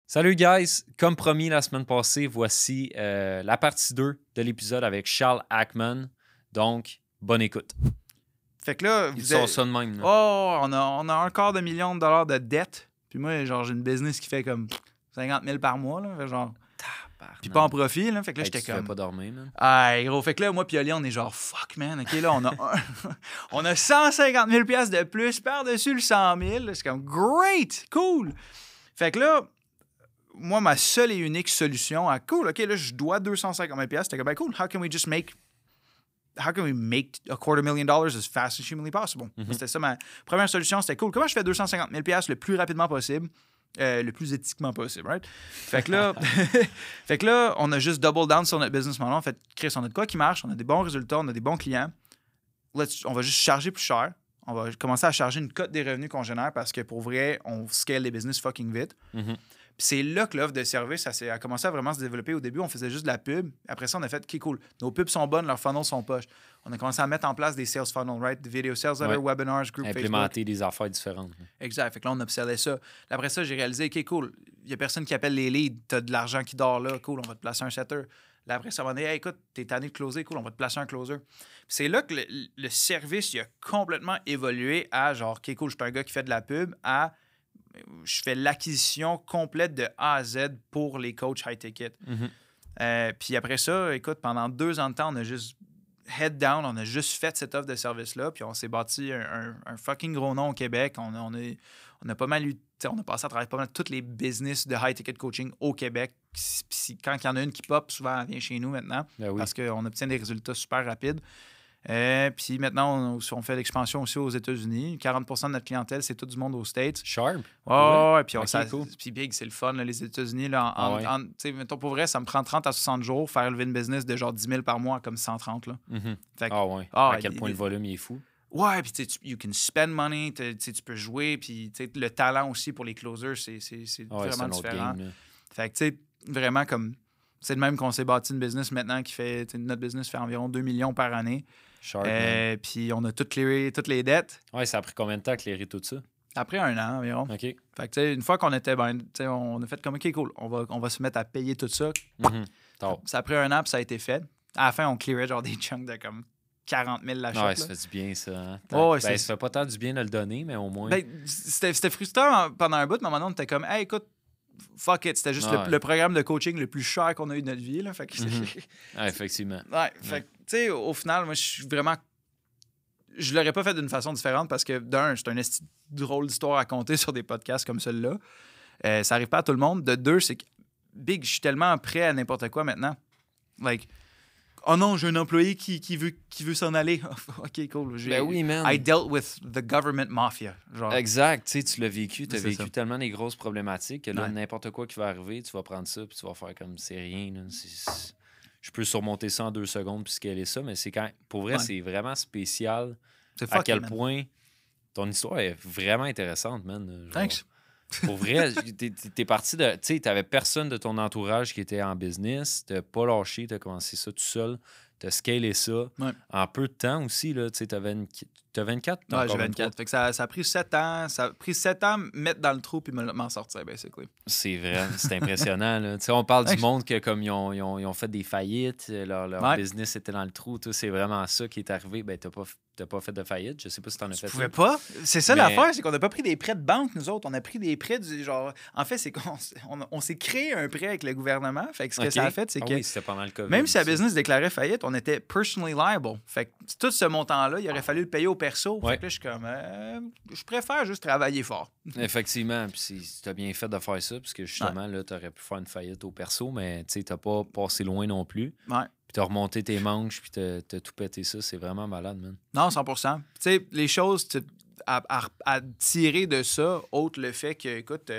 Salut guys, comme promis la semaine passée, voici la partie 2 de l'épisode avec Charles Ackman. Donc, bonne écoute. Fait que là, Il sort ça de même. Là. Oh, on a un quart de million de dollars de dette. Puis moi, genre, j'ai une business qui fait comme 50 000 par mois, là. Fait genre... Puis pas en profit, là. Fait que là, j'étais comme... Tu fais pas dormir, man. Ah, gros. Fait que là, moi puis Oli, on est genre, fuck, man. OK, là, on a 150 000 piastres de plus par-dessus le 100 000. C'est comme, great, cool. Fait que là, moi, ma seule et unique solution à, cool, OK, là, je dois 250 000 piastres. C'était comme, ben, cool, how can we make $250,000 as fast as humanly possible? Mm-hmm. C'était ça ma première solution. C'était cool. Comment je fais 250 000 piastres le plus rapidement possible? Le plus éthiquement possible, right? Fait que là, on a juste double down sur notre business model. En fait, Chris, on a de quoi qui marche, on a des bons résultats, on a des bons clients. On va juste charger plus cher. On va commencer à charger une cote des revenus qu'on génère parce que pour vrai, on scale les business fucking vite. Mm-hmm. Puis c'est là que l'offre de service a commencé à vraiment se développer. Au début, on faisait juste de la pub. Après ça, on a fait, OK, cool. Nos pubs sont bonnes, leurs funnels sont poches. On a commencé à mettre en place des sales funnels, right? Des video sales letters, webinars, group Facebook. Implémenter des affaires différentes. Exact. Fait que là, on observait ça. Après ça, j'ai réalisé, OK, cool. Il n'y a personne qui appelle les leads. Tu as de l'argent qui dort là. Cool, on va te placer un setter. Là, après ça, on va dire, hey, écoute, t'es tanné de closer. Cool, on va te placer un closer. Puis c'est là que le service il a complètement évolué à genre, OK, cool, je suis un gars qui fait de la pub, à je fais l'acquisition complète de A à Z pour les coachs high ticket. Mm-hmm. Puis après ça, écoute, pendant 2 ans de temps, on a juste head down, on a juste fait cette offre de service-là, puis on s'est bâti un fucking gros nom au Québec. On a pas mal eu, on a passé à travers pas mal toutes les business de high ticket coaching au Québec. Puis quand il y en a une qui pop, souvent elle vient chez nous maintenant, parce qu'on obtient des résultats super rapides. Puis maintenant, on fait l'expansion aussi aux États-Unis. 40% de notre clientèle, c'est tout du monde aux States. Sharp. Ouais. Puis cool. Puis big, c'est le fun, là, les États-Unis. Là, mettons, pour vrai, ça me prend 30 à 60 jours faire lever une business de genre 10 000 par mois comme 130. Là. Mm-hmm. À quel point le volume il est fou. Ouais, puis you can spend money, tu peux jouer, puis le talent aussi pour les closers, c'est vraiment différent. Game, fait que, tu sais, vraiment comme... C'est le même qu'on s'est bâti une business maintenant qui fait... Notre business fait environ 2 millions par année. Puis on a tout clearé, toutes les dettes. Ouais, ça a pris combien de temps à clearer tout ça? Après 1 an environ. OK. Fait que, tu sais, une fois qu'on était... on a fait comme, OK, cool, on va se mettre à payer tout ça. Mm-hmm. Ça a pris 1 an, puis ça a été fait. À la fin, on clearait genre des chunks de comme 40 000 l'achat. Ouais, ça fait du bien, ça. Hein? Ça fait pas tant du bien de le donner, mais au moins... C'était frustrant pendant un bout, mais maintenant, on était comme, hey, écoute, fuck it, c'était juste le programme de coaching le plus cher qu'on a eu de notre vie. Là, fait que effectivement. Fait que, tu sais, au final, moi, je suis vraiment... Je l'aurais pas fait d'une façon différente parce que, d'un, c'est un drôle d'histoire à compter sur des podcasts comme celui-là. Ça arrive pas à tout le monde. De deux, c'est que, big, je suis tellement prêt à n'importe quoi maintenant. Like... Oh non, j'ai un employé qui veut s'en aller. OK, cool. Ben oui, man. I dealt with the government mafia. Genre. Exact. Tu l'as vécu. Tu as vécu tellement des grosses problématiques que là, n'importe quoi qui va arriver, tu vas prendre ça puis tu vas faire comme c'est rien. Là. Je peux surmonter ça en 2 secondes puis scaler ça, mais c'est quand pour vrai, c'est vraiment spécial à quel point ton histoire est vraiment intéressante, man. Genre, thanks. Pour vrai, t'es parti de... Tu sais, t'avais personne de ton entourage qui était en business. T'as pas lâché, t'as commencé ça tout seul. T'as scalé ça. Ouais. En peu de temps aussi, là. Tu sais, t'as 24? Ouais, j'ai 24. Fait que ça a pris 7 ans. Ça a pris 7 ans mettre dans le trou puis m'en sortir, basically. C'est vrai. C'est impressionnant, là. Tu sais, on parle du monde que comme ils ont fait des faillites, leur business était dans le trou. Tout, c'est vraiment ça qui est arrivé. Ben, t'as pas fait de faillite. Je sais pas si t'en as fait. Tu pouvais pas. C'est ça l'affaire, c'est qu'on n'a pas pris des prêts de banque, nous autres. On a pris des prêts du genre... En fait, c'est qu'on s'est créé un prêt avec le gouvernement. Fait que ce que ça a fait, c'est que... Oui, c'était pendant le COVID. Même si la business déclarait faillite, on était personally liable. Fait que tout ce montant-là, il aurait fallu le payer au perso. Fait que là, je suis comme... je préfère juste travailler fort. Effectivement. Puis t'as bien fait de faire ça, parce que justement, là, t'aurais pu faire une faillite au perso, mais tu sais, t'as pas passé loin non plus. Ouais. Puis t'as remonté tes manches, puis t'as tout pété ça. C'est vraiment malade, man. Non, 100%. Tu sais, les choses à tirer de ça, autre le fait que, écoute,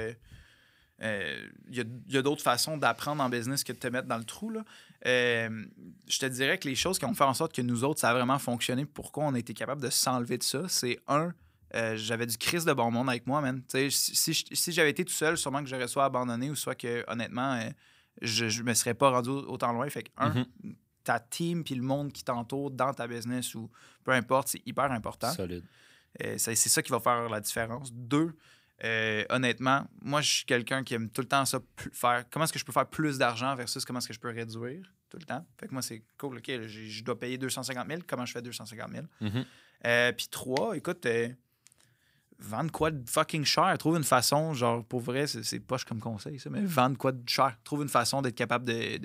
il y a d'autres façons d'apprendre en business que de te mettre dans le trou, là. Je te dirais que les choses qui ont fait en sorte que nous autres, ça a vraiment fonctionné. Pourquoi on a été capable de s'enlever de ça, c'est j'avais du crise de bon monde avec moi, man. Tu sais, si j'avais été tout seul, sûrement que j'aurais soit abandonné ou soit que, honnêtement... je me serais pas rendu autant loin. Fait que, ta team puis le monde qui t'entoure dans ta business ou peu importe, c'est hyper important. Solide. C'est ça qui va faire la différence. 2, Honnêtement, moi, je suis quelqu'un qui aime tout le temps ça, faire comment est-ce que je peux faire plus d'argent versus comment est-ce que je peux réduire tout le temps. Fait que moi, c'est cool. OK, là, je dois payer 250 000. Comment je fais 250 000? Puis 3, écoute, vendre quoi de fucking cher? Trouve une façon, genre, pour vrai, c'est poche comme conseil, ça, mais vendre quoi de cher? Trouve une façon d'être capable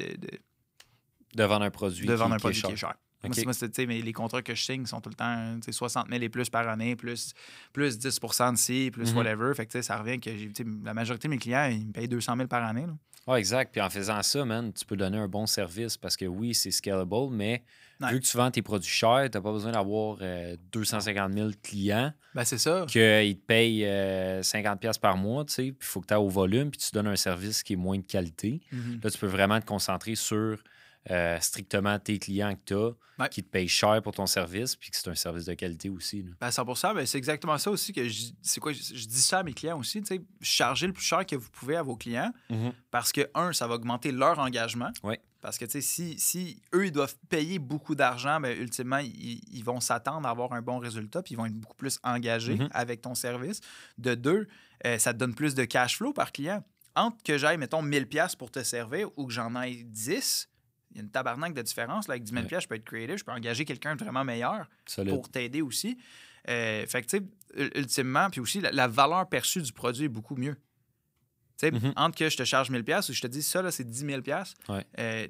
de vendre un produit, qui est cher. Okay. Moi, mais les contrats que je signe sont tout le temps 60 000 et plus par année, plus 10 de ci, plus whatever. Fait que ça revient que la majorité de mes clients, ils me payent 200 000 par année. Oui, exact. Puis en faisant ça, man, tu peux donner un bon service parce que oui, c'est scalable, mais vu que tu vends tes produits chers, tu n'as pas besoin d'avoir 250 000 clients. Ben, c'est ça. Qu'ils te payent 50$ par mois, tu sais, puis il faut que tu aies au volume, puis tu donnes un service qui est moins de qualité. Là, tu peux vraiment te concentrer sur strictement tes clients que tu as, qui te payent cher pour ton service, puis que c'est un service de qualité aussi. Là. Ben 100%, ben c'est exactement ça aussi que je dis ça à mes clients aussi, tu sais, chargez le plus cher que vous pouvez à vos clients, parce que, ça va augmenter leur engagement. Oui. Parce que, tu sais, si eux, ils doivent payer beaucoup d'argent, bien, ultimement, ils vont s'attendre à avoir un bon résultat, puis ils vont être beaucoup plus engagés avec ton service. De 2, ça te donne plus de cash flow par client. Entre que j'aille, mettons, 1000$ pour te servir ou que j'en aille 10, il y a une tabarnak de différence. Là, avec 10 000$, je peux être creative, je peux engager quelqu'un de vraiment meilleur pour t'aider aussi. Fait que, tu sais, ultimement, puis aussi, la valeur perçue du produit est beaucoup mieux. Tu sais, entre que je te charge 1000$ ou je te dis ça, là, c'est 10 000$,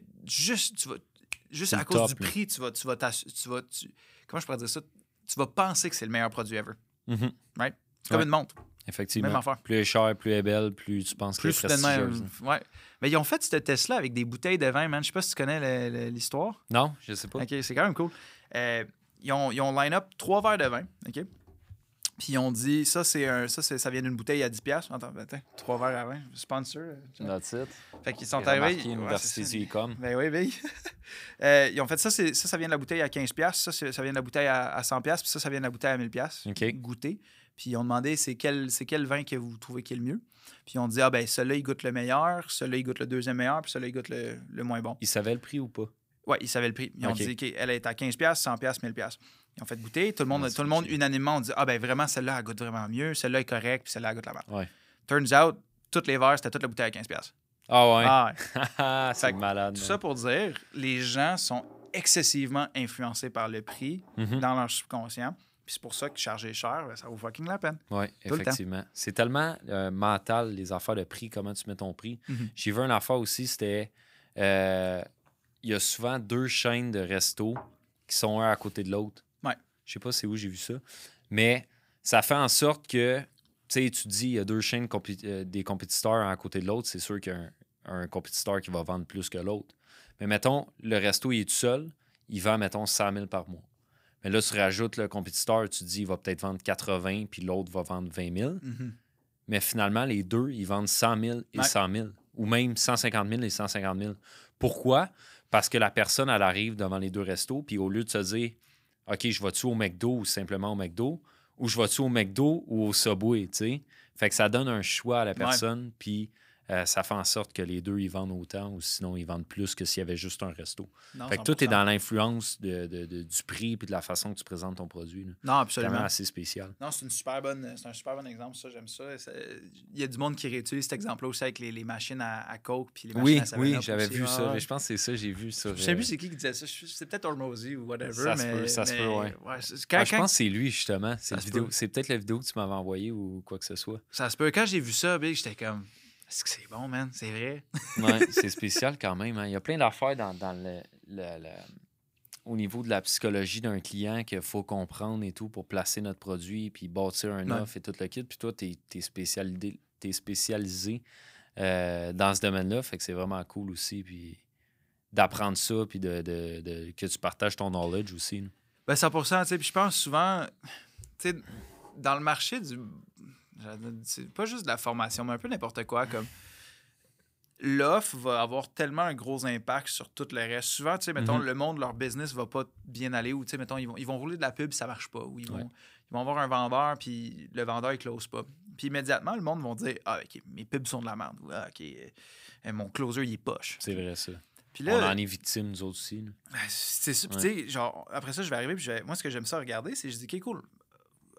juste à cause du prix, tu vas comment je pourrais dire ça? Tu vas penser que c'est le meilleur produit ever. Right? C'est comme une montre. Effectivement. Même affaire. Plus elle est chère, plus elle est belle, plus tu penses qu'elle est prestigieuse. Ouais. Mais ils ont fait ce test-là avec des bouteilles de vin, man. Je sais pas si tu connais l'histoire. Non, je sais pas. OK, c'est quand même cool. Ils ont line-up 3 verres de vin, OK? Puis ils ont dit, ça vient d'une bouteille à 10$. Attends, 3 verres à vin. Sponsor. That's it. Fait qu'ils sont arrivés. Université Ucom. Ben oui. Ils ont fait ça, ça vient de la bouteille à 15$. Ça vient de la bouteille à 100$. Puis ça vient de la bouteille à 1000$. OK. Goûter. Puis ils ont demandé, c'est quel vin que vous trouvez qui est le mieux. Puis ils ont dit, celui-là, il goûte le meilleur. Celui-là, il goûte le deuxième meilleur. Puis celui-là, il goûte le moins bon. Ils savaient le prix ou pas? Oui, ils savaient le prix. Ils ont dit qu'elle est à 15$, 100$, 1000$. Ils ont fait goûter. Tout le monde unanimement, on dit vraiment, celle-là, elle goûte vraiment mieux. Celle-là est correcte, puis celle-là, elle goûte la merde. Ouais. Turns out, toutes les verres, c'était toute la bouteille à 15$. Ah ouais? C'est malade. Tout ça pour dire, les gens sont excessivement influencés par le prix dans leur subconscient. Puis c'est pour ça que charger cher, ça vaut fucking la peine. Oui, effectivement. C'est tellement mental, les affaires de prix, comment tu mets ton prix. J'ai vu une affaire aussi, c'était... il y a souvent 2 chaînes de restos qui sont un à côté de l'autre. Ouais. Je sais pas c'est où j'ai vu ça. Mais ça fait en sorte que, tu sais, tu dis, il y a 2 chaînes des compétiteurs un à côté de l'autre. C'est sûr qu'il y a un compétiteur qui va vendre plus que l'autre. Mais mettons, le resto, il est tout seul. Il vend, mettons, 100 000 par mois. Mais là, tu rajoutes le compétiteur, tu dis, il va peut-être vendre 80 puis l'autre va vendre 20 000. Mais finalement, les deux, ils vendent 100 000 et 100 000. Ou même 150 000 et 150 000. Pourquoi? Parce que la personne, elle arrive devant les 2 restos, puis au lieu de se dire, OK, je vais-tu au McDo ou simplement au McDo, ou je vais-tu au McDo ou au Subway, tu sais? Fait que ça donne un choix à la personne, puis ça fait en sorte que les deux, ils vendent autant, ou sinon, ils vendent plus que s'il y avait juste un resto. Non, fait que 100%. Tout est dans l'influence du prix puis de la façon que tu présentes ton produit. Là. Non, absolument. C'est vraiment assez spécial. Non, c'est un super bon exemple, ça, j'aime ça. Il y a du monde qui réutilise cet exemple-là aussi avec les machines à Coke puis les machines à 7-Up. Oui, j'avais vu ça. Je pense que c'est ça, j'ai vu ça. Je sais plus c'est qui disait ça. C'est peut-être Hormozy ou whatever. Ça se peut, ouais. Je pense que c'est lui, justement. C'est peut-être la vidéo que tu m'avais envoyée ou quoi que ce soit. Ça se peut. Quand j'ai vu ça, j'étais comme... Est-ce que c'est bon, man? C'est vrai? Oui, c'est spécial quand même. Hein. Il y a plein d'affaires dans au niveau de la psychologie d'un client qu'il faut comprendre et tout pour placer notre produit puis bâtir un offre et tout le kit. Puis toi, t'es spécialisé dans ce domaine-là. Fait que c'est vraiment cool aussi. Puis d'apprendre ça puis que tu partages ton knowledge aussi. Là. Ben 100%. Puis je pense souvent, dans le marché du... C'est pas juste de la formation, mais un peu n'importe quoi. Comme l'offre va avoir tellement un gros impact sur tout le reste. Souvent, tu sais, mettons, le monde, leur business va pas bien aller. Ou, tu sais, mettons, ils vont rouler de la pub, ça marche pas. Ou ils vont avoir un vendeur, puis le vendeur, il close pas. Puis immédiatement, le monde va dire, ah, OK, mes pubs sont de la merde. Ou, ah, OK, mon closer, il est poche. C'est vrai, ça. Puis là, on en est victime, nous autres aussi. C'est ça. Tu sais, genre, après ça, je vais arriver, puis moi, ce que j'aime ça regarder, c'est je dis, OK, cool.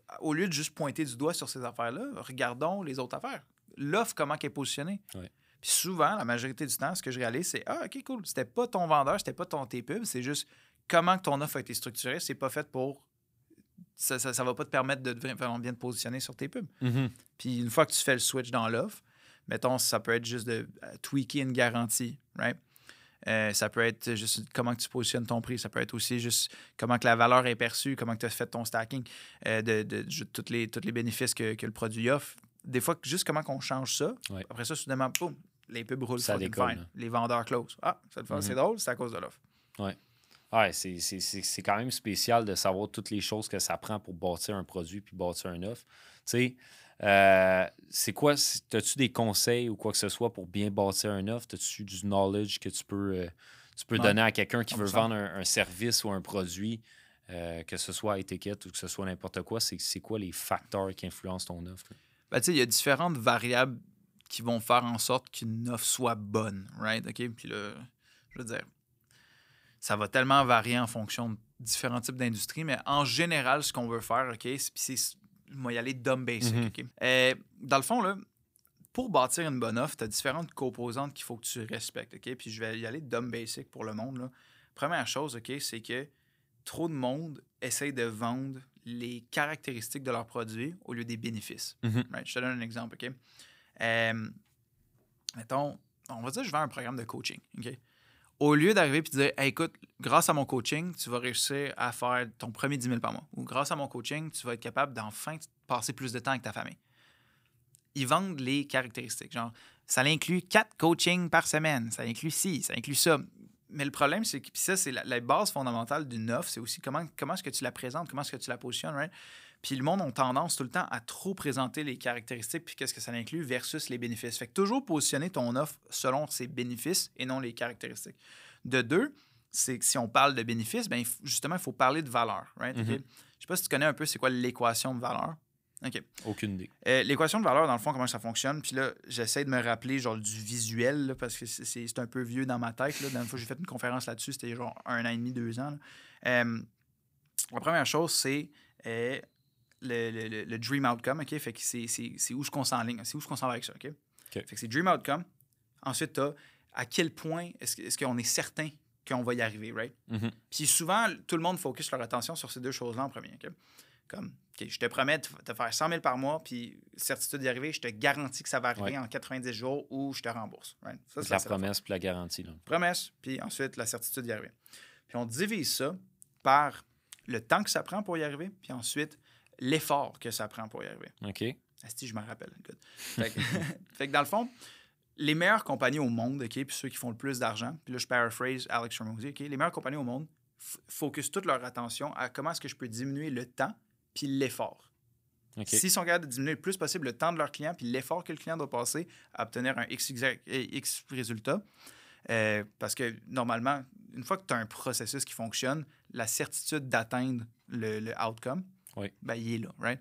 au lieu de juste pointer du doigt sur ces affaires-là, regardons les autres affaires. L'offre, comment elle est positionnée. Ouais. Puis souvent, la majorité du temps, ce que je réalise, c'est OK, cool. C'était pas ton vendeur, c'était pas tes pubs, c'est juste comment que ton offre a été structurée. C'est pas fait pour. Ça va pas te permettre de vraiment bien te positionner sur tes pubs. Mm-hmm. Puis une fois que tu fais le switch dans l'offre, mettons, ça peut être juste de tweaker une garantie, right? Ça peut être juste comment que tu positionnes ton prix. Ça peut être aussi juste comment que la valeur est perçue, comment que tu as fait ton stacking, de tous les bénéfices que le produit offre. Des fois, juste comment qu'on change ça. Ouais. Après ça, soudainement, boum, les pubs roulent ça décolle, fine. Les vendeurs close. Ah, c'est drôle, c'est à cause de l'offre. Ouais. Ouais, c'est quand même spécial de savoir toutes les choses que ça prend pour bâtir un produit puis bâtir une offre. Tu sais, c'est quoi? As-tu des conseils ou quoi que ce soit pour bien bâtir une offre? As-tu du knowledge que tu peux donner à quelqu'un qui veut vendre un service ou un produit, que ce soit à étiquette ou que ce soit n'importe quoi? C'est quoi les facteurs qui influencent ton offre? Ben, tu sais, il y a différentes variables qui vont faire en sorte qu'une offre soit bonne, right? OK? Puis là, je veux dire, ça va tellement varier en fonction de différents types d'industries, mais en général, ce qu'on veut faire, OK, moi, y aller dumb basic, OK? Dans le fond, là, pour bâtir une bonne offre, tu as différentes composantes qu'il faut que tu respectes, OK? Puis je vais y aller dumb basic pour le monde, là. Première chose, OK, c'est que trop de monde essaye de vendre les caractéristiques de leurs produits au lieu des bénéfices. Right? Je te donne un exemple, OK? Mettons, on va dire que je vends un programme de coaching, OK? Au lieu d'arriver et de dire hey, écoute, grâce à mon coaching, tu vas réussir à faire ton premier 10 000 par mois. Ou grâce à mon coaching, tu vas être capable d'enfin passer plus de temps avec ta famille. Ils vendent les caractéristiques. Genre, ça inclut 4 coachings par semaine. Ça inclut ci, ça inclut ça. Mais le problème, c'est que ça, c'est la base fondamentale d'une offre. C'est aussi comment est-ce que tu la présentes, comment est-ce que tu la positionnes, right? Puis le monde a tendance tout le temps à trop présenter les caractéristiques puis qu'est-ce que ça inclut versus les bénéfices. Fait que toujours positionner ton offre selon ses bénéfices et non les caractéristiques. De deux, c'est que si on parle de bénéfices, bien, justement, il faut parler de valeur, right? Okay? Je ne sais pas si tu connais un peu c'est quoi l'équation de valeur. OK. Aucune idée. L'équation de valeur, dans le fond, comment ça fonctionne. Puis là, j'essaie de me rappeler genre du visuel là, parce que c'est un peu vieux dans ma tête. Là. La dernière fois que j'ai fait une conférence là-dessus, c'était genre 1 an et demi, 2 ans. La première chose, c'est le dream outcome. OK? Fait que c'est où je qu'on s'enligne. C'est où je qu'on s'en va avec ça. OK? Fait que c'est dream outcome. Ensuite, tu as à quel point est-ce qu'on est certain qu'on va y arriver, right? Puis souvent, tout le monde focus leur attention sur ces deux choses-là en premier. OK? Comme, OK, je te promets de te faire 100 000 par mois, puis certitude d'y arriver, je te garantis que ça va arriver en 90 jours ou je te rembourse. Right? Ça, c'est la promesse puis la garantie. Là. Promesse, puis ensuite la certitude d'y arriver. Puis on divise ça par le temps que ça prend pour y arriver, puis ensuite l'effort que ça prend pour y arriver. OK. Asti, je m'en rappelle. Good. Fait que dans le fond, les meilleures compagnies au monde, OK, puis ceux qui font le plus d'argent, puis là, je paraphrase Alex Hormozy, OK, les meilleures compagnies au monde focusent toute leur attention à comment est-ce que je peux diminuer le temps puis l'effort. Okay. S'ils sont capables de diminuer le plus possible le temps de leur client puis l'effort que le client doit passer à obtenir un X résultat, parce que normalement, une fois que tu as un processus qui fonctionne, la certitude d'atteindre le outcome, ben, il est là, right?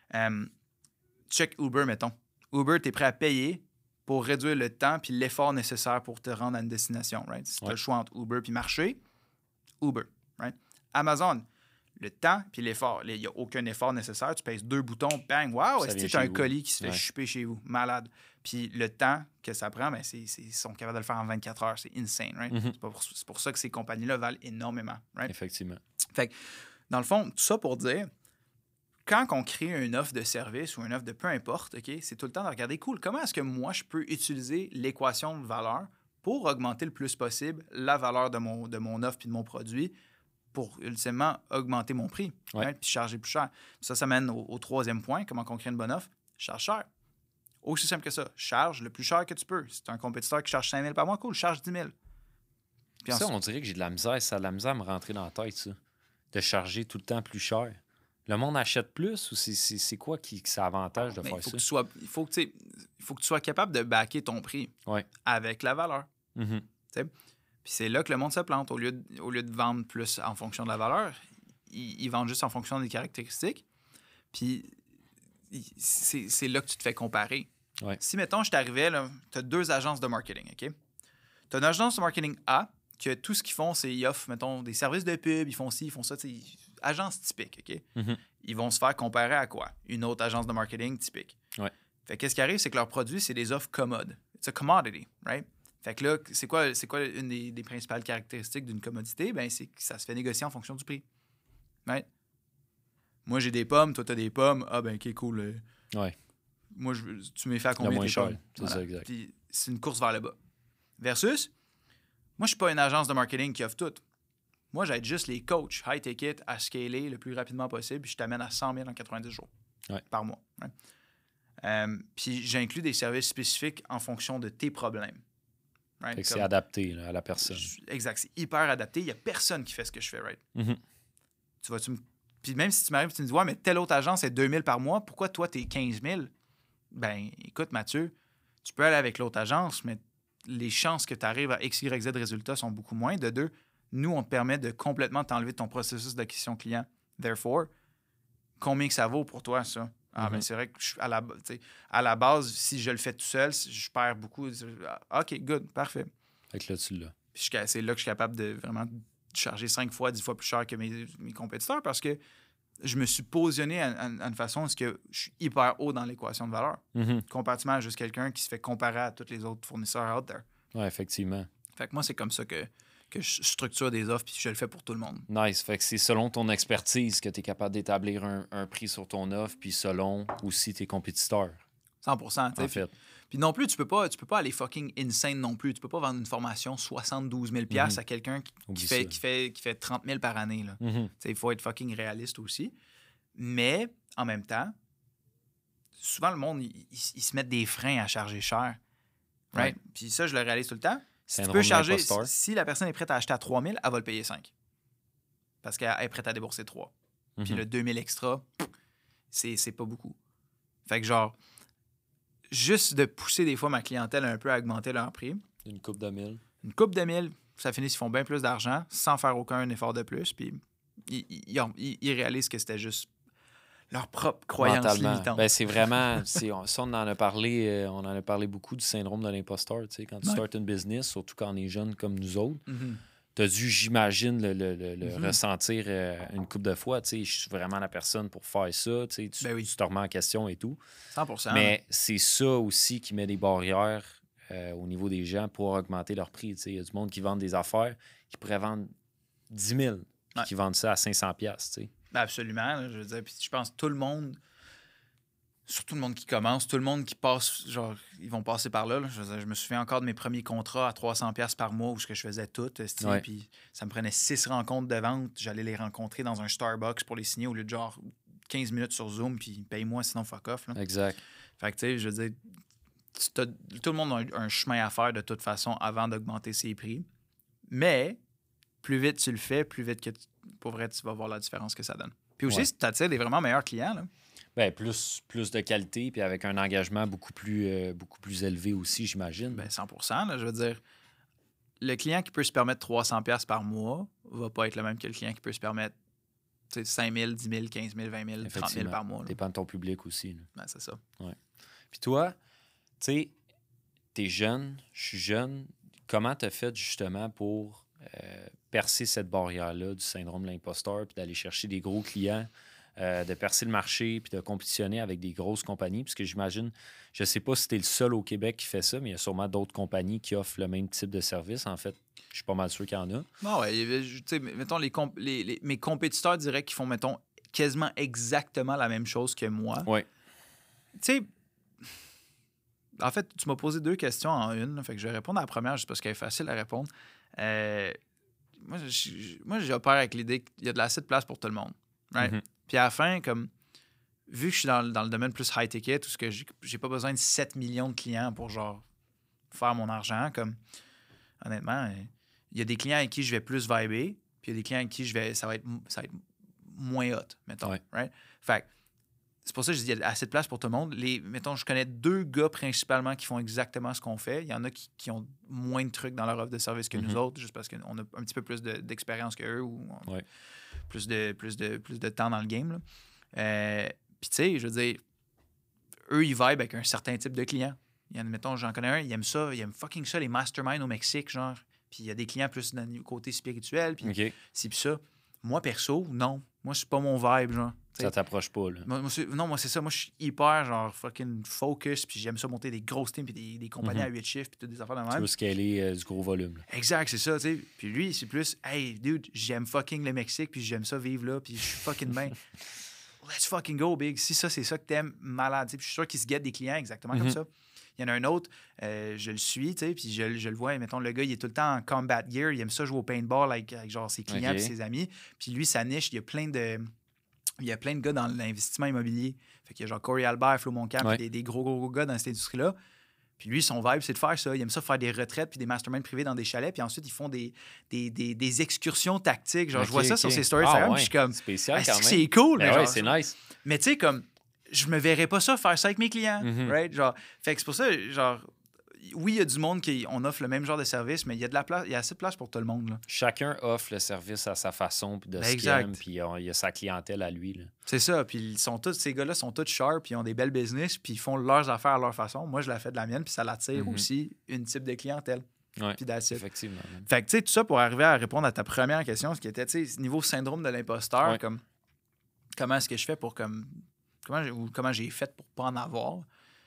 Check Uber, mettons. Uber, tu es prêt à payer pour réduire le temps puis l'effort nécessaire pour te rendre à une destination, right? Si tu as le choix entre Uber puis marché, Uber, right? Amazon, le temps puis l'effort. Il n'y a aucun effort nécessaire. Tu pèses 2 boutons, bang, wow, est-ce que tu as un colis qui se fait choper chez vous? Malade. Puis le temps que ça prend, ben, ils sont capables de le faire en 24 heures. C'est insane, right? C'est pour ça que ces compagnies-là valent énormément, right? Effectivement. Fait que, dans le fond, tout ça pour dire, quand on crée une offre de service ou une offre de peu importe, OK, c'est tout le temps de regarder, cool, comment est-ce que moi, je peux utiliser l'équation de valeur pour augmenter le plus possible la valeur de mon offre puis de mon produit pour ultimement augmenter mon prix, right? Puis charger plus cher. Ça mène au troisième point, comment on crée une bonne offre? Charge cher. Aussi simple que ça. Charge le plus cher que tu peux. Si tu as un compétiteur qui charge 5 000 par mois, cool, charge 10 000. Puis ça, on dirait que j'ai de la misère. Ça a de la misère à me rentrer dans la tête, ça. De charger tout le temps plus cher. Le monde achète plus ou c'est quoi qui ça avantage de faire ça? Il faut que tu sois capable de backer ton prix avec la valeur. Puis c'est là que le monde se plante. Au lieu de vendre plus en fonction de la valeur, ils vendent juste en fonction des caractéristiques. Puis c'est là que tu te fais comparer. Si, mettons, je t'arrivais, tu as 2 agences de marketing, OK? Tu as une agence de marketing A, que tout ce qu'ils font, c'est ils offrent, mettons, des services de pub, ils font ci, ils font ça, agence typique, OK? Mm-hmm. Ils vont se faire comparer à quoi? Une autre agence de marketing typique. Ouais. Fait qu'est-ce qui arrive, c'est que leurs produits, c'est des offres commodes. It's a commodity, right? Fait que là, c'est quoi une des principales caractéristiques d'une commodité? Ben, c'est que ça se fait négocier en fonction du prix. Right? Moi, j'ai des pommes, toi, t'as des pommes. Ah, ben, OK, cool. Ouais. Moi, tu m'es fait à combien le moins tes cher, pommes? c'est ça, exact. Puis c'est une course vers le bas. Versus, moi, je suis pas une agence de marketing qui offre tout. Moi, j'aide juste les coachs high ticket à scaler le plus rapidement possible, puis je t'amène à 100 000 en 90 jours par mois. Right? Puis j'inclus des services spécifiques en fonction de tes problèmes. Right? Fait que c'est adapté là, à la personne. Exact, c'est hyper adapté. Il n'y a personne qui fait ce que je fais, right? Mm-hmm. Puis même si tu m'arrives et tu me dis, ouais, mais telle autre agence est 2 000 par mois, pourquoi toi, t'es 15 000? Ben, écoute, Mathieu, tu peux aller avec l'autre agence, mais les chances que tu arrives à X, Y, Z résultats sont beaucoup moins. De deux, nous, on te permet de complètement t'enlever de ton processus d'acquisition client. Therefore, combien que ça vaut pour toi, ça? Ah, ben c'est vrai que à la base, si je le fais tout seul, je perds beaucoup. OK, good, parfait. Fait que là, tu l'as. Puis c'est là que je suis capable de vraiment charger 5 fois, 10 fois plus cher que mes compétiteurs parce que je me suis positionné à une façon où je suis hyper haut dans l'équation de valeur. Mm-hmm. Comparativement à juste quelqu'un qui se fait comparer à tous les autres fournisseurs out there. Oui, effectivement. Fait que moi, c'est comme ça que je structure des offres puis je le fais pour tout le monde. Nice. Fait que c'est selon ton expertise que tu es capable d'établir un prix sur ton offre, puis selon aussi tes compétiteurs. 100%. En fait. Puis non plus, tu peux pas aller fucking insane non plus. Tu peux pas vendre une formation 72 000 $, à quelqu'un qui fait 30 000 par année. Il faut être fucking réaliste aussi. Mais en même temps, souvent le monde, ils se mettent des freins à charger cher. Right? Puis ça, je le réalise tout le temps. Si tu peux charger, si la personne est prête à acheter à 3 000, elle va le payer 5. Parce qu'elle est prête à débourser 3. Puis le 2 000 extra, c'est pas beaucoup. Fait que genre, juste de pousser des fois ma clientèle un peu à augmenter leur prix. Une coupe de 1000. Une coupe de 1000, ça finit qu'ils font bien plus d'argent sans faire aucun effort de plus. Puis ils réalisent que c'était juste leur propre croyance limitante. Ben, c'est vraiment... ça, on en a parlé beaucoup du syndrome de l'imposteur. Quand tu startes une business, surtout quand on est jeune comme nous autres, tu as dû, j'imagine, le ressentir une couple de fois. Je suis vraiment la personne pour faire ça. Tu te remets en question et tout. 100%. Mais c'est ça aussi qui met des barrières au niveau des gens pour augmenter leur prix. Il y a du monde qui vend des affaires qui pourraient vendre 10 000 puis qui vendent ça à 500$. Ben absolument. Là, je veux dire, puis je pense que tout le monde, surtout le monde qui commence, tout le monde qui passe, genre, ils vont passer par là. Je veux dire, je me souviens encore de mes premiers contrats à 300$ par mois où je faisais tout. Puis ça me prenait 6 rencontres de vente. J'allais les rencontrer dans un Starbucks pour les signer au lieu de genre 15 minutes sur Zoom, puis paye-moi, sinon fuck off. Là. Exact. Fait que, tu sais, je veux dire, tout le monde a un chemin à faire de toute façon avant d'augmenter ses prix. Mais plus vite tu le fais, plus vite que pour vrai, tu vas voir la différence que ça donne. Puis aussi, si tu attires des vraiment meilleurs clients, là. Ben, plus de qualité, puis avec un engagement beaucoup plus élevé aussi, j'imagine. Ben, 100%. Là, je veux dire, le client qui peut se permettre 300$ par mois va pas être le même que le client qui peut se permettre 5 000, 10 000, 15 000, 20 000, 30 000 par mois. Ça dépend de ton public aussi. Là. Ben, c'est ça. Ouais. Puis toi, tu sais, t'es jeune, je suis jeune. Comment t'as fait justement pour percer cette barrière-là du syndrome de l'imposteur, puis d'aller chercher des gros clients, de percer le marché, puis de compétitionner avec des grosses compagnies? Parce que j'imagine, je sais pas si t'es le seul au Québec qui fait ça, mais il y a sûrement d'autres compagnies qui offrent le même type de service. En fait, je suis pas mal sûr qu'il y en a. Non, ouais, tu sais, mettons, mes compétiteurs diraient qu'ils font, mettons, quasiment exactement la même chose que moi. Oui. Tu sais, en fait, tu m'as posé 2 questions en une, là, fait que je vais répondre à la première juste parce qu'elle est facile à répondre. Moi, j'opère avec l'idée qu'il y a de assez de place pour tout le monde. Right? Mm-hmm. Puis à la fin, comme, vu que je suis dans le domaine plus high-ticket, tout ce que j'ai pas besoin de 7 millions de clients pour genre faire mon argent, comme, honnêtement, il y a des clients avec qui je vais plus vibrer, puis il y a des clients avec qui ça va être moins hot, mettons. Ouais. Right? Fait que, c'est pour ça que je dis qu'il y a assez de place pour tout le monde. Mettons, je connais 2 gars principalement qui font exactement ce qu'on fait. Il y en a qui ont moins de trucs dans leur offre de service que nous autres, juste parce qu'on a un petit peu plus d'expérience qu'eux ou plus de temps dans le game. Puis tu sais, je veux dire, eux, ils vibent avec un certain type de client. Mettons, j'en connais un, il aime fucking ça, les masterminds au Mexique, genre. Puis il y a des clients plus dans le côté spirituel, puis ci puis ça. Moi, perso, non. Moi, c'est pas mon vibe, genre. Ça t'approche pas, là. Moi, c'est ça. Moi, je suis hyper, genre, fucking focus, puis j'aime ça monter des grosses teams, puis des compagnies à 8 chiffres, puis toutes des affaires de même. Tu veux scaler du gros volume. Là. Exact, c'est ça, tu sais. Puis lui, c'est plus, hey, dude, j'aime fucking le Mexique, puis j'aime ça vivre là, puis je suis fucking bien. Let's fucking go, big. Si ça, c'est ça que t'aimes, malade. Puis je suis sûr qu'il se guette des clients exactement comme ça. Il y en a un autre, je le suis, tu sais, puis je le vois. Mettons, le gars, il est tout le temps en combat gear. Il aime ça jouer au paintball avec genre ses clients et ses amis. Puis lui, sa niche, il y a plein de gars dans l'investissement immobilier. Fait qu'il y a genre Corey Albert, Flo Moncamp, des gros gars dans cette industrie-là. Puis lui, son vibe, c'est de faire ça. Il aime ça faire des retraites puis des masterminds privés dans des chalets. Puis ensuite, ils font des excursions tactiques. Genre, je vois ça sur ses stories Instagram. Puis je suis comme, spécial quand même. C'est cool. Mais genre, c'est nice. Mais tu sais, comme, je me verrais pas ça faire ça avec mes clients. Right? Genre, fait que c'est pour ça, genre, oui, il y a du monde on offre le même genre de service, mais il y a de la place, il y a assez de place pour tout le monde. Là. Chacun offre le service à sa façon, puis de ce qu'il aime, puis il y a sa clientèle à lui. Là. C'est ça, puis ces gars-là sont tous sharp, puis ils ont des belles business, puis ils font leurs affaires à leur façon. Moi, je la fais de la mienne, puis ça l'attire aussi une type de clientèle. Oui, puis effectivement. Fait que, tu sais, tout ça pour arriver à répondre à ta première question, ce qui était, tu sais, niveau syndrome de l'imposteur, comme comment est-ce que je fais pour, comme, comment j'ai fait pour pas en avoir.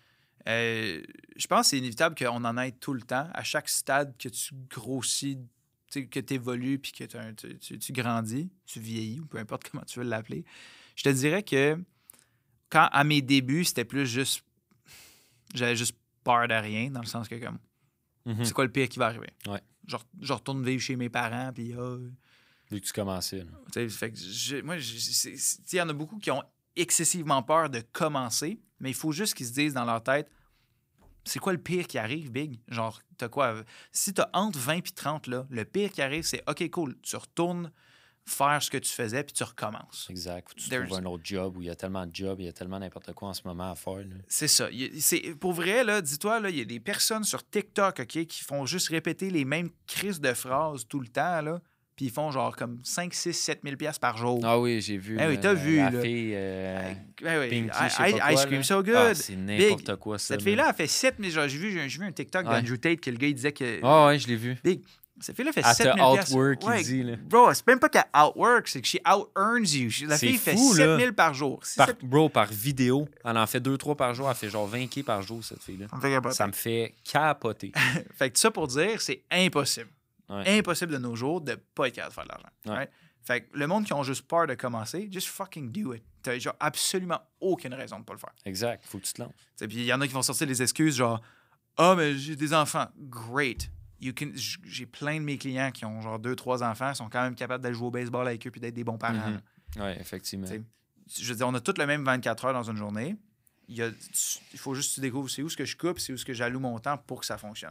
Je pense que c'est inévitable qu'on en ait tout le temps. À chaque stade que tu grossis, que tu évolues puis que tu grandis, tu vieillis, ou peu importe comment tu veux l'appeler, je te dirais que quand à mes débuts, c'était plus juste... J'avais juste peur de rien, dans le sens que comme... C'est quoi le pire qui va arriver? Ouais. Je retourne vivre chez mes parents, puis... Vu que tu commençais. Fait que moi, il y en a beaucoup qui ont excessivement peur de commencer, mais il faut juste qu'ils se disent dans leur tête, c'est quoi le pire qui arrive, Big? Genre, t'as quoi? Si t'as entre 20 et 30, là, le pire qui arrive, c'est OK, cool, tu retournes faire ce que tu faisais puis tu recommences. Exact. Tu trouves un autre job où il y a tellement de jobs, il y a tellement n'importe quoi en ce moment à faire. Là. C'est ça. Pour vrai, là, dis-toi, là, il y a des personnes sur TikTok, OK, qui font juste répéter les mêmes crises de phrases tout le temps, là. Puis ils font genre comme 5, 6, 7 000 $ par jour. Ah oui, j'ai vu. Oui, t'as vu. La là. fille, Pinky, Ice Cream So Good. Ah, c'est n'importe quoi, ça. Cette fille-là, elle fait 7 000 $. J'ai vu un TikTok d'Andrew Tate que le gars, il disait que... Ah oui, je l'ai vu. Big. Cette fille-là fait 7 000 $. Outwork, il dit. Là. Bro, c'est même pas qu'elle outwork, c'est que she out-earns you. La fille fait 7 000 par jour. Bro, par vidéo. Elle en fait 2-3 par jour. Elle fait genre 20 K par jour, cette fille-là. Ça me fait capoter. Fait que tout ça pour dire, c'est impossible. Ouais. Impossible de nos jours de pas être capable de faire de l'argent. Ouais. Right? Fait que le monde qui ont juste peur de commencer, just fucking do it. T'as genre absolument aucune raison de pas le faire. Exact. Faut que tu te lances. Puis il y en a qui vont sortir des excuses genre « Ah, mais j'ai des enfants. » Great. J'ai plein de mes clients qui ont genre 2-3 enfants, sont quand même capables d'aller jouer au baseball avec eux puis d'être des bons parents. Oui, effectivement. T'sais, je veux dire, on a tous le même 24 heures dans une journée. Il faut juste que tu découvres c'est où ce que je coupe, c'est où ce que j'alloue mon temps pour que ça fonctionne.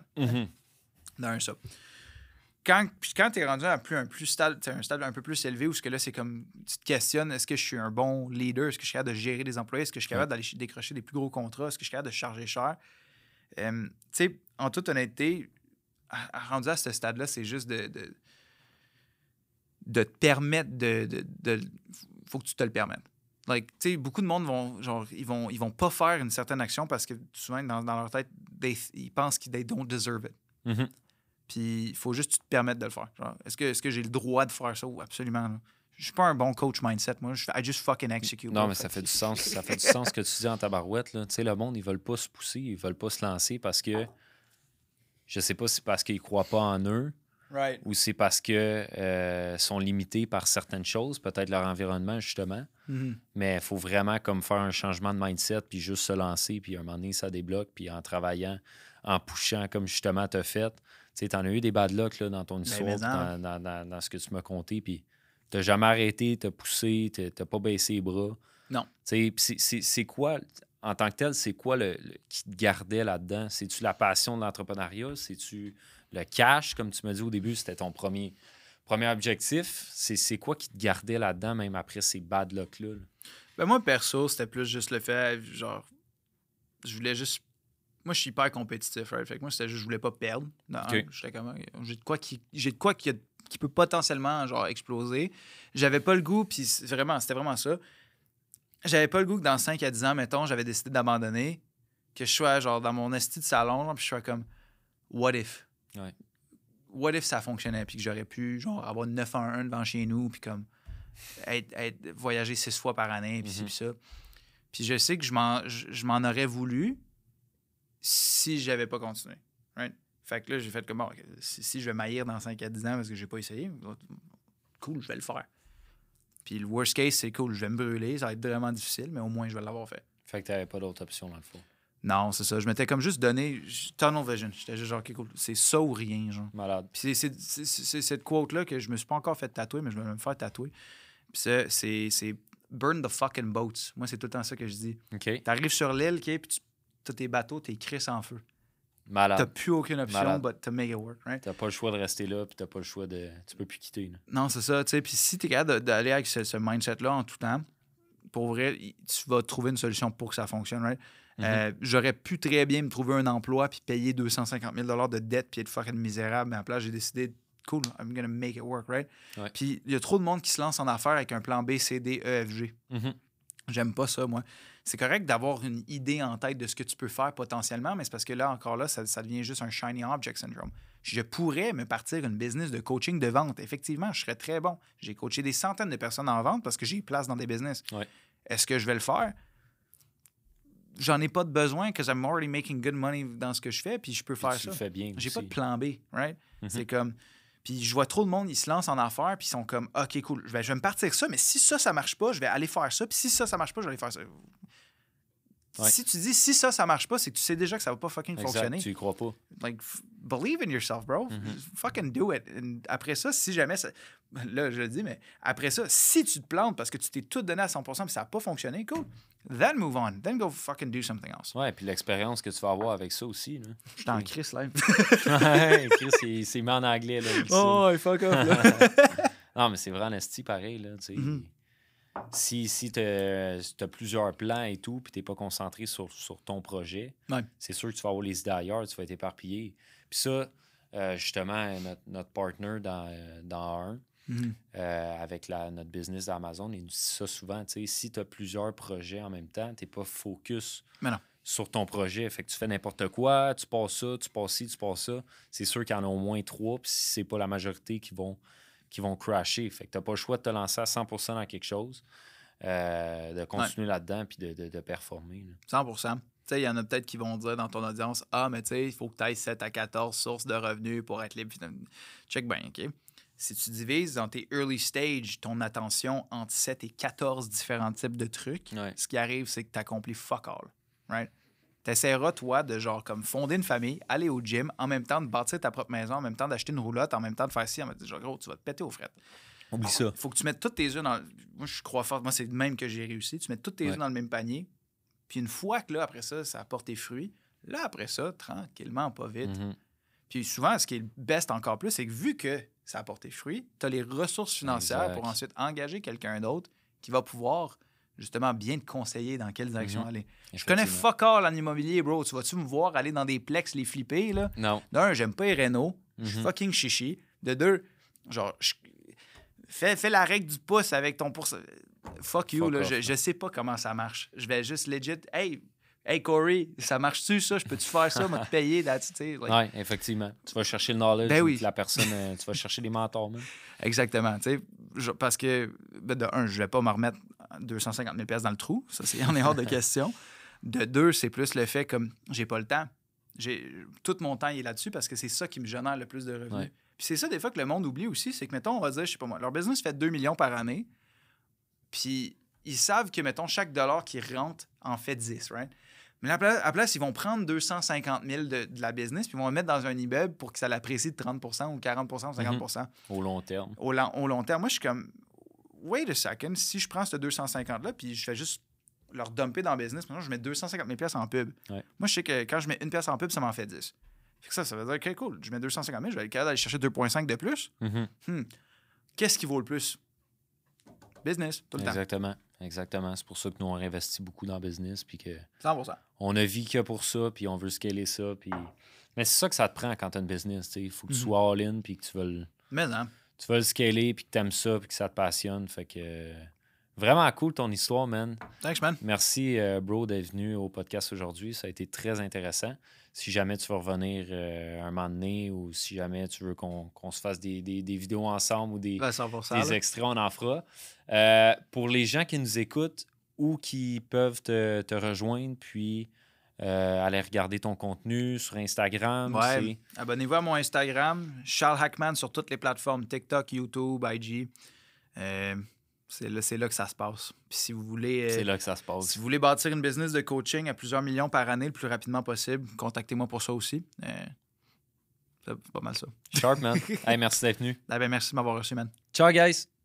Dans ça. Quand tu es rendu à un stade un peu plus élevé où ce que là, c'est comme tu te questionnes, est-ce que je suis un bon leader? Est-ce que je suis capable de gérer des employés? Est-ce que je suis capable d'aller décrocher des plus gros contrats? Est-ce que je suis capable de charger cher? Tu sais, en toute honnêteté, rendu à ce stade-là, c'est juste de te permettre faut que tu te le permettes. Like, tu sais, beaucoup de monde ils vont pas faire une certaine action parce que souvent, dans leur tête, ils pensent qu'ils don't deserve it. Puis il faut juste que tu te permettes de le faire. Genre, est-ce que j'ai le droit de faire ça? Oui, absolument. Là. Je suis pas un bon coach mindset, moi. I just fucking execute. Non, mais ça fait du sens. Ça fait du sens ce que tu dis en tabarouette. Tu sais, le monde, ils veulent pas se pousser, ils veulent pas se lancer parce que je sais pas si c'est parce qu'ils croient pas en eux ou c'est parce que sont limités par certaines choses, peut-être leur environnement, justement. Mais il faut vraiment comme faire un changement de mindset puis juste se lancer, puis à un moment donné, ça débloque, puis en travaillant, en pushant comme justement tu as fait. Tu sais, t'en as eu des bad luck là, dans ton histoire, dans ce que tu m'as conté, puis t'as jamais arrêté, t'as poussé, t'as pas baissé les bras. Non. Tu sais, c'est quoi, en tant que tel, c'est quoi qui te gardait là-dedans? C'est-tu la passion de l'entrepreneuriat? C'est-tu le cash, comme tu m'as dit au début, c'était ton premier objectif? C'est quoi qui te gardait là-dedans, même après ces bad luck-là? Là? Ben moi, perso, c'était plus juste le fait, genre, je voulais juste... Moi, je suis hyper compétitif, right? Fait que moi, c'était juste, je voulais pas perdre. J'étais comme, j'ai de quoi qui peut potentiellement, genre, exploser. J'avais pas le goût, puis c'était vraiment ça. J'avais pas le goût que dans 5 à 10 ans, mettons, j'avais décidé d'abandonner, que je sois, genre, dans mon esti de salon, genre, puis je sois comme, what if? Ouais. What if ça fonctionnait, puis que j'aurais pu, genre, avoir 9-1 devant chez nous, puis comme, voyager 6 fois par année, puis ci, puis ça. Puis je sais que je m'en aurais voulu si j'avais pas continué. Right? Fait que là, j'ai fait comme, bon, si je vais m'haïr dans 5 à 10 ans parce que j'ai pas essayé, cool, je vais le faire. Puis le worst case, c'est cool, je vais me brûler, ça va être vraiment difficile, mais au moins, je vais l'avoir fait. Fait que t'avais pas d'autre option, dans le fond. Non, c'est ça. Je m'étais comme juste donné tunnel vision. J'étais juste genre, OK, cool, c'est ça ou rien, genre. Malade. Puis c'est cette quote-là que je me suis pas encore fait tatouer, mais je vais me faire tatouer. Puis c'est burn the fucking boats. Moi, c'est tout le temps ça que je dis. OK. T'arrives sur l'île, OK, puis t'as tes bateaux, t'es crissé en feu. Malade. T'as plus aucune option but to make it work, right? T'as pas le choix de rester là, puis t'as pas le choix de... Tu peux plus quitter, là. Non, c'est ça, tu sais. Puis si t'es capable d'aller avec ce mindset-là en tout temps, pour vrai, tu vas trouver une solution pour que ça fonctionne, right? J'aurais pu très bien me trouver un emploi puis payer 250 000 de dette puis être fucking misérable, mais à la place, j'ai décidé, cool, I'm gonna make it work, right? Ouais. Puis il y a trop de monde qui se lance en affaires avec un plan B, C, D, E, F, G. J'aime pas ça, moi. C'est correct d'avoir une idée en tête de ce que tu peux faire potentiellement, mais c'est parce que là, encore là, ça devient juste un shiny object syndrome. Je pourrais me partir une business de coaching de vente. Effectivement, je serais très bon. J'ai coaché des centaines de personnes en vente parce que j'ai place dans des business. Ouais. Est-ce que je vais le faire? J'en ai pas de besoin parce que I'm already making good money dans ce que je fais, puis je peux faire ça. Tu le fais bien J'ai aussi. pas de plan B, right? C'est comme... Puis je vois trop de monde, ils se lancent en affaires, puis ils sont comme, OK, cool, je vais me partir ça, mais si ça marche pas, je vais aller faire ça, puis si ça marche pas, je vais aller faire ça. Ouais. Si tu dis si ça marche pas, c'est que tu sais déjà que ça va pas fucking fonctionner. Tu y crois pas. Like, believe in yourself, bro. Fucking do it. And après ça, si jamais ça... Là, je le dis, mais après ça, si tu te plantes parce que tu t'es tout donné à 100% et ça n'a pas fonctionné, cool. Then move on. Then go fucking do something else. Ouais, puis l'expérience que tu vas avoir avec ça aussi. Je suis en Chris, là. Ouais, Chris, c'est mis en anglais, là. Oh, fuck off, là. Non, mais c'est vrai, en esti, pareil, là, tu sais. Si tu as plusieurs plans et tout, puis tu n'es pas concentré sur ton projet, c'est sûr que tu vas avoir les idées ailleurs, tu vas être éparpillé. Puis ça, justement, notre partner dans avec notre business d'Amazon, il nous dit ça souvent. Si tu as plusieurs projets en même temps, tu n'es pas focus sur ton projet. Fait que tu fais n'importe quoi, tu passes ça, tu passes ci, tu passes ça. C'est sûr qu'il y en a au moins 3, puis c'est pas la majorité qui vont crasher. Fait que tu n'as pas le choix de te lancer à 100% dans quelque chose, de continuer là-dedans puis de performer. Là. 100%. Il y en a peut-être qui vont dire dans ton audience, ah, mais tu sais, il faut que tu ailles 7 à 14 sources de revenus pour être libre. Check bien, OK? Si tu divises dans tes early stage ton attention entre 7 et 14 différents types de trucs, ce qui arrive, c'est que tu accomplis fuck all. Right? Tu essaieras, toi, de genre comme fonder une famille, aller au gym, en même temps de bâtir ta propre maison, en même temps d'acheter une roulotte, en même temps de faire ci, en même temps, genre, gros, tu vas te péter aux frettes. Oublie ça. Faut que tu mettes toutes tes œufs dans... Moi, je crois fort. Moi, c'est de même que j'ai réussi. Tu mets toutes tes œufs dans le même panier. Puis une fois que là, après ça apporte tes fruits, là, après ça, tranquillement, pas vite. Puis souvent, ce qui est le best encore plus, c'est que vu que ça apporte tes fruits, tu as les ressources financières pour ensuite engager quelqu'un d'autre qui va pouvoir justement bien te conseiller dans quelle direction aller. Je connais fuck all en immobilier, bro. Tu vas-tu me voir aller dans des plex les flipper, là? Non. D'un, j'aime pas les rénaux. Je suis fucking chichi. De deux, genre, fais la règle du pouce avec ton pourcentage. Fuck you, là. Je sais pas comment ça marche. Je vais juste legit, hey Corey, ça marche-tu, ça? Je peux-tu faire ça? Moi, te payer, like... Oui, effectivement. Tu vas chercher le knowledge de la personne. Tu vas chercher des mentors, même. Exactement. Parce que, de un, je vais pas me remettre 250 000 $ dans le trou. Ça, c'est en est hors de question. De deux, c'est plus le fait comme j'ai pas le temps. Tout mon temps il est là-dessus parce que c'est ça qui me génère le plus de revenus. Ouais. Puis c'est ça, des fois, que le monde oublie aussi. C'est que, mettons, on va dire, je sais pas moi, leur business fait 2 millions par année. Puis ils savent que, mettons, chaque dollar qui rentre en fait 10, right? Mais à la place, ils vont prendre 250 000 de la business puis ils vont le mettre dans un immeuble pour que ça l'apprécie de 30 ou 40 ou 50 Au long terme. Au long terme. Moi, je suis comme, wait a second, si je prends ce 250-là puis je fais juste leur dumper dans le business, maintenant, je mets 250 000 $ en pub. Ouais. Moi, je sais que quand je mets 1 pièce en pub, ça m'en fait 10. Fait que ça veut dire, OK, cool, je mets 250 000, je vais être capable d'aller chercher 2,5 de plus. Qu'est-ce qui vaut le plus? Business, tout le temps. Exactement. C'est pour ça que nous, on investit beaucoup dans le business. Puis que 100%. On a vu que pour ça, puis on veut scaler ça. Puis... Mais c'est ça que ça te prend quand tu as une business. Il faut que tu sois all-in, puis que tu veux le scaler, puis que tu aimes ça, puis que ça te passionne. Fait que vraiment cool ton histoire, man. Thanks, man. Merci, bro, d'être venu au podcast aujourd'hui. Ça a été très intéressant. si jamais tu veux revenir un moment donné ou si jamais tu veux qu'on se fasse des vidéos ensemble ou des extraits, on en fera. Pour les gens qui nous écoutent ou qui peuvent te rejoindre, puis aller regarder ton contenu sur Instagram. Ouais, abonnez-vous à mon Instagram, Charles Hackman sur toutes les plateformes, TikTok, YouTube, IG. C'est là que ça se passe. Puis si vous voulez, c'est là que ça se passe. Si vous voulez bâtir une business de coaching à plusieurs millions par année le plus rapidement possible, contactez-moi pour ça aussi. C'est pas mal ça. Sharp, man. Hey, merci d'être venu. Merci de m'avoir reçu, man. Ciao, guys.